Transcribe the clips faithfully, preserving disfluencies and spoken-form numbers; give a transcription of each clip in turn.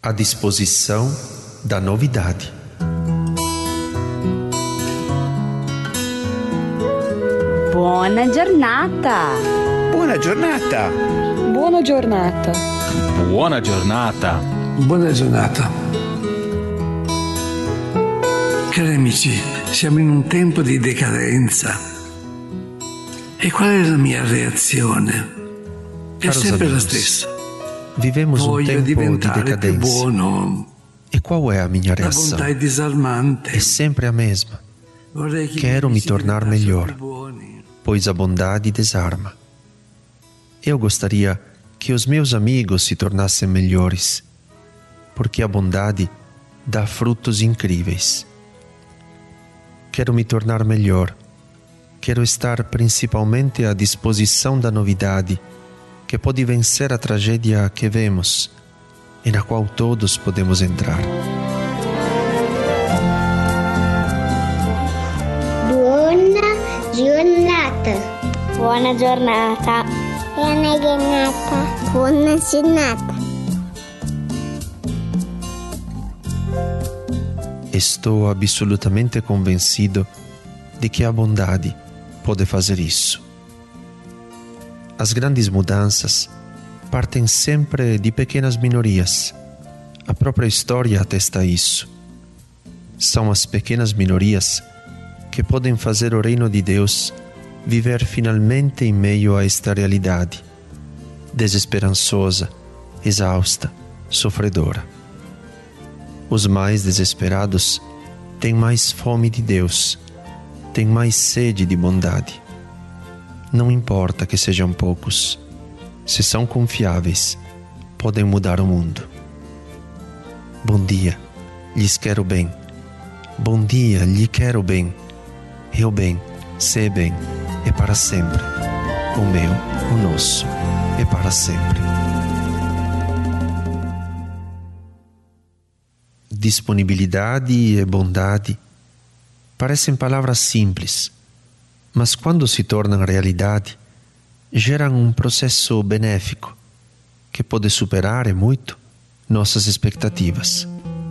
à disposição da novidade. Buona giornata! Buona giornata! Buona giornata! Buona giornata! Buona giornata! Cari amici, siamo in un tempo di decadenza. E qual è la mia reazione? È Caros sempre la amigos, stessa. vivemos um Voglio tempo de diventare più decadência. buono. E qual é a minha La reação? bontà è disarmante. É sempre a mesma, Vorrei che Quero gli me amici tornar diventassero melhor. più buoni. pois a bondade desarma. Eu gostaria que os meus amigos se tornassem melhores, porque a bondade dá frutos incríveis. Quero me tornar melhor. Quero estar principalmente à disposição da novidade, que pode vencer a tragédia que vemos e na qual todos podemos entrar. Buona giornata. Buona giornata. Buona giornata. Buona giornata. Estou absolutamente convencido de que a bondade pode fazer isso. As grandes mudanças partem sempre de pequenas minorias. A própria história atesta isso. São as pequenas minorias que podem fazer o reino de Deus viver finalmente em meio a esta realidade, desesperançosa, exausta, sofredora. Os mais desesperados têm mais fome de Deus, têm mais sede de bondade. Não importa que sejam poucos, se são confiáveis, podem mudar o mundo. Bom dia, lhes quero bem. Bom dia, lhe quero bem. Eu bem, sei bem, é para sempre. O meu, o nosso, é para sempre. Disponibilidade e bondade parecem palavras simples, mas quando se tornam realidade, geram um processo benéfico que pode superar e muito nossas expectativas.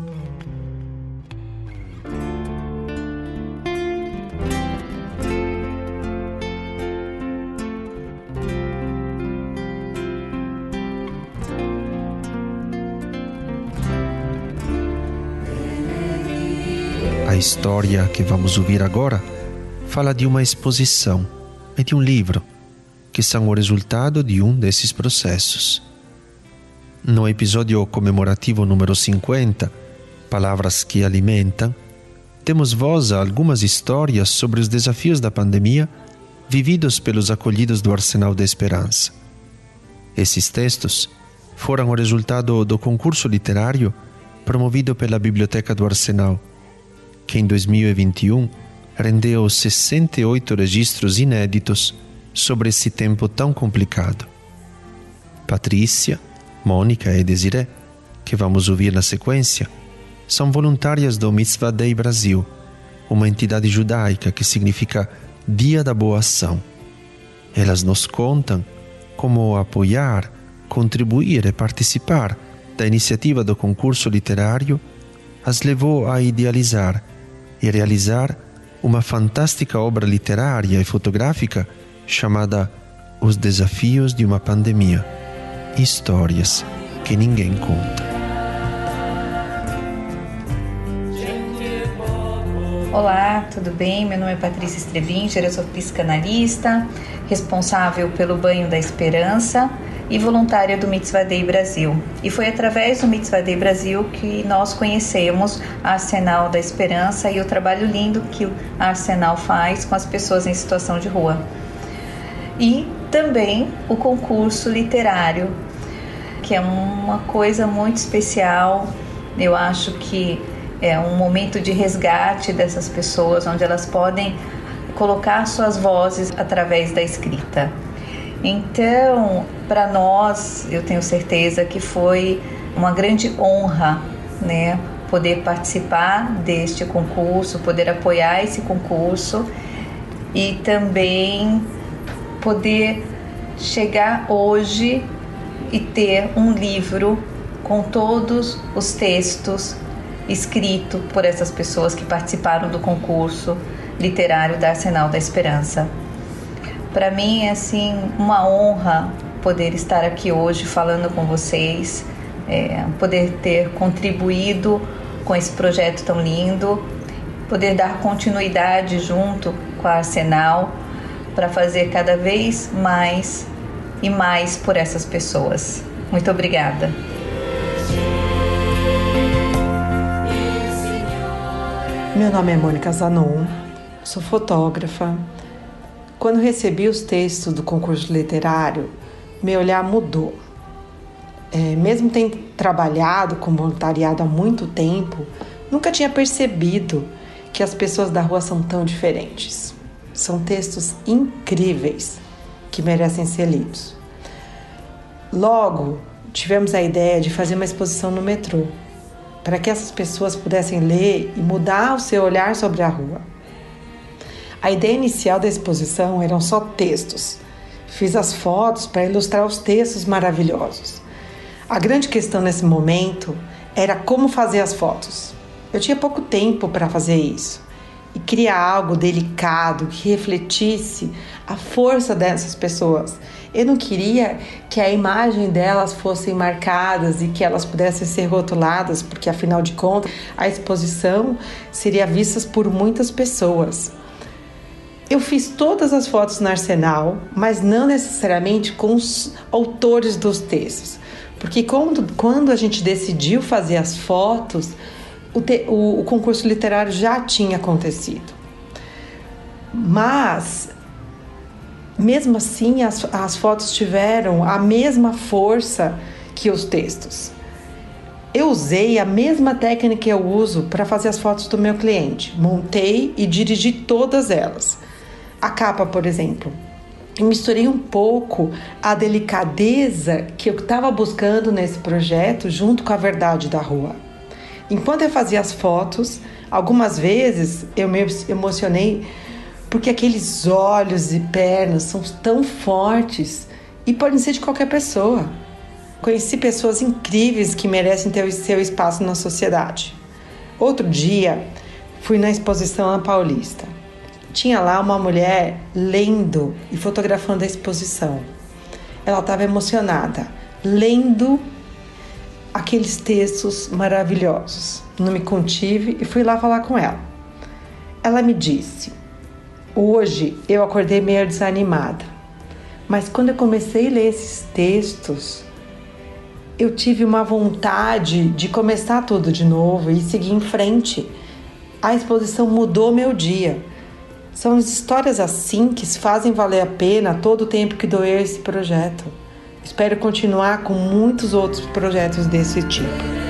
A história que vamos ouvir agora fala de uma exposição e de um livro, que são o resultado de um desses processos. No episódio comemorativo número cinquenta, Palavras que Alimentam, temos voz a algumas histórias sobre os desafios da pandemia vividos pelos acolhidos do Arsenal da Esperança. Esses textos foram o resultado do concurso literário promovido pela Biblioteca do Arsenal, que em dois mil e vinte e um rendeu sessenta e oito registros inéditos sobre esse tempo tão complicado. Patrícia, Mônica e Desiré, que vamos ouvir na sequência, são voluntárias do Mitzvah Day Brasil, uma entidade judaica que significa Dia da Boa Ação. Elas nos contam como apoiar, contribuir e participar da iniciativa do concurso literário as levou a idealizar e realizar uma fantástica obra literária e fotográfica chamada Os Desafios de uma Pandemia. Histórias que ninguém conta. Olá, tudo bem? Meu nome é Patrícia Strebinger, eu sou psicanalista, responsável pelo Banho da Esperança e voluntária do Mitzvah Day Brasil. E foi através do Mitzvah Day Brasil que nós conhecemos a Arsenal da Esperança e o trabalho lindo que a Arsenal faz com as pessoas em situação de rua. E também o concurso literário, que é uma coisa muito especial. Eu acho que é um momento de resgate dessas pessoas, onde elas podem colocar suas vozes através da escrita. Então, para nós, eu tenho certeza que foi uma grande honra, né, poder participar deste concurso, poder apoiar esse concurso e também poder chegar hoje e ter um livro com todos os textos escritos por essas pessoas que participaram do concurso literário da Arsenal da Esperança. Para mim é assim uma honra poder estar aqui hoje falando com vocês, é, poder ter contribuído com esse projeto tão lindo, poder dar continuidade junto com a Arsenal para fazer cada vez mais e mais por essas pessoas. Muito obrigada. Meu nome é Mônica Zanon, sou fotógrafa. Quando recebi os textos do concurso literário, meu olhar mudou. É, mesmo tendo trabalhado com voluntariado há muito tempo, nunca tinha percebido que as pessoas da rua são tão diferentes. São textos incríveis que merecem ser lidos. Logo, tivemos a ideia de fazer uma exposição no metrô, para que essas pessoas pudessem ler e mudar o seu olhar sobre a rua. A ideia inicial da exposição eram só textos. Fiz as fotos para ilustrar os textos maravilhosos. A grande questão nesse momento era como fazer as fotos. Eu tinha pouco tempo para fazer isso e criar algo delicado que refletisse a força dessas pessoas. Eu não queria que a imagem delas fossem marcadas e que elas pudessem ser rotuladas, porque afinal de contas a exposição seria vista por muitas pessoas. Eu fiz todas as fotos no Arsenal, mas não necessariamente com os autores dos textos, porque quando, quando a gente decidiu fazer as fotos, o, te, o, o concurso literário já tinha acontecido. Mas, mesmo assim, as, as fotos tiveram a mesma força que os textos. Eu usei a mesma técnica que eu uso para fazer as fotos do meu cliente. Montei e dirigi todas elas. A capa, por exemplo, eu misturei um pouco a delicadeza que eu estava buscando nesse projeto junto com a verdade da rua. Enquanto eu fazia as fotos, algumas vezes eu me emocionei porque aqueles olhos e pernas são tão fortes e podem ser de qualquer pessoa. Conheci pessoas incríveis que merecem ter o seu espaço na sociedade. Outro dia, fui na exposição na Paulista. Tinha lá uma mulher lendo e fotografando a exposição. Ela estava emocionada, lendo aqueles textos maravilhosos. Não me contive e fui lá falar com ela. Ela me disse: hoje eu acordei meio desanimada, mas quando eu comecei a ler esses textos, eu tive uma vontade de começar tudo de novo e seguir em frente. A exposição mudou meu dia. São as histórias assim que fazem valer a pena todo o tempo que doeu esse projeto. Espero continuar com muitos outros projetos desse tipo.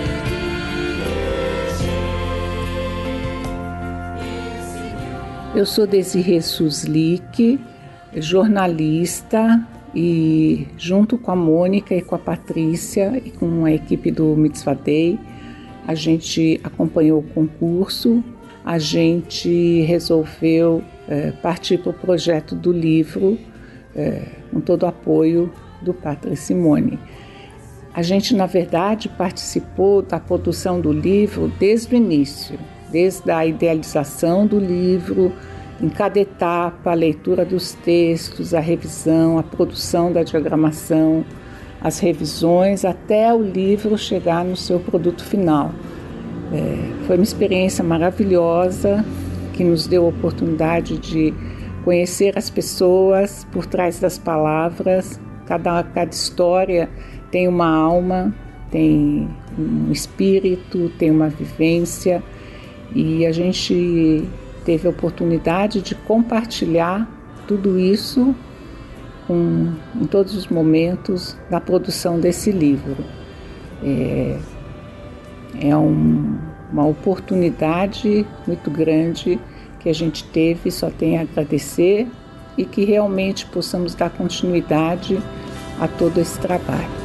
Eu sou Desirê Suslik, jornalista, e junto com a Mônica e com a Patrícia e com a equipe do Mitzvah Day, a gente acompanhou o concurso, a gente resolveu é, partir para o projeto do livro, é, com todo o apoio do Padre Simone. A gente, na verdade, participou da produção do livro desde o início, desde a idealização do livro, em cada etapa, a leitura dos textos, a revisão, a produção da diagramação, as revisões, até o livro chegar no seu produto final. É, foi uma experiência maravilhosa que nos deu a oportunidade de conhecer as pessoas por trás das palavras. Cada, cada história tem uma alma, tem um espírito, tem uma vivência, e a gente teve a oportunidade de compartilhar tudo isso com, em todos os momentos da produção desse livro. É, é um, uma oportunidade muito grande que a gente teve, só tenho a agradecer, e que realmente possamos dar continuidade a todo esse trabalho.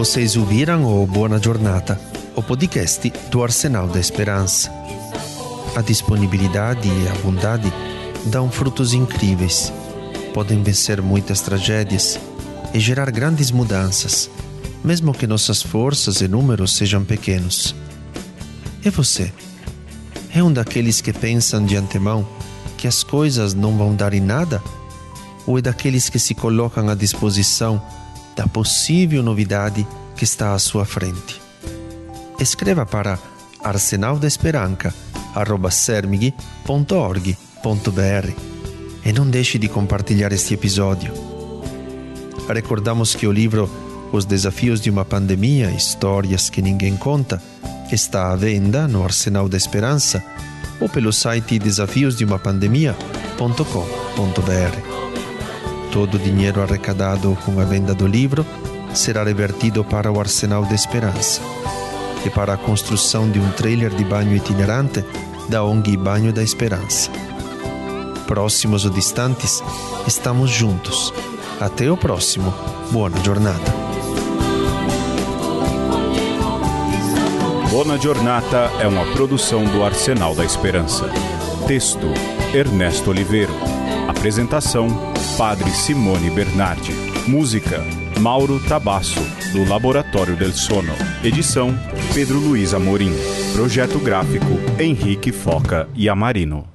Vocês ouviram o Buona Giornata, o podcast do Arsenal da Esperança. A disponibilidade e a bondade dão frutos incríveis, podem vencer muitas tragédias e gerar grandes mudanças, mesmo que nossas forças e números sejam pequenos. E você? É um daqueles que pensam de antemão que as coisas não vão dar em nada? Ou é daqueles que se colocam à disposição da possível novidade que está à sua frente? Escreva para arsenaldesperanca arroba sermig ponto org ponto br e não deixe de compartilhar este episódio. Recordamos que o livro Os Desafios de uma Pandemia, Histórias que Ninguém Conta está à venda no Arsenal da Esperança ou pelo site desafios de uma pandemia ponto com ponto br. Todo o dinheiro arrecadado com a venda do livro será revertido para o Arsenal da Esperança e para a construção de um trailer de banho itinerante da O N G Banho da Esperança. Próximos ou distantes, estamos juntos. Até o próximo. Buona giornata. Buona Giornata é uma produção do Arsenal da Esperança. Texto: Ernesto Oliveiro. Apresentação: Padre Simone Bernardi. Música: Mauro Tabasso, do Laboratório del Sono. Edição: Pedro Luiz Amorim. Projeto gráfico: Henrique Foca e Amarino.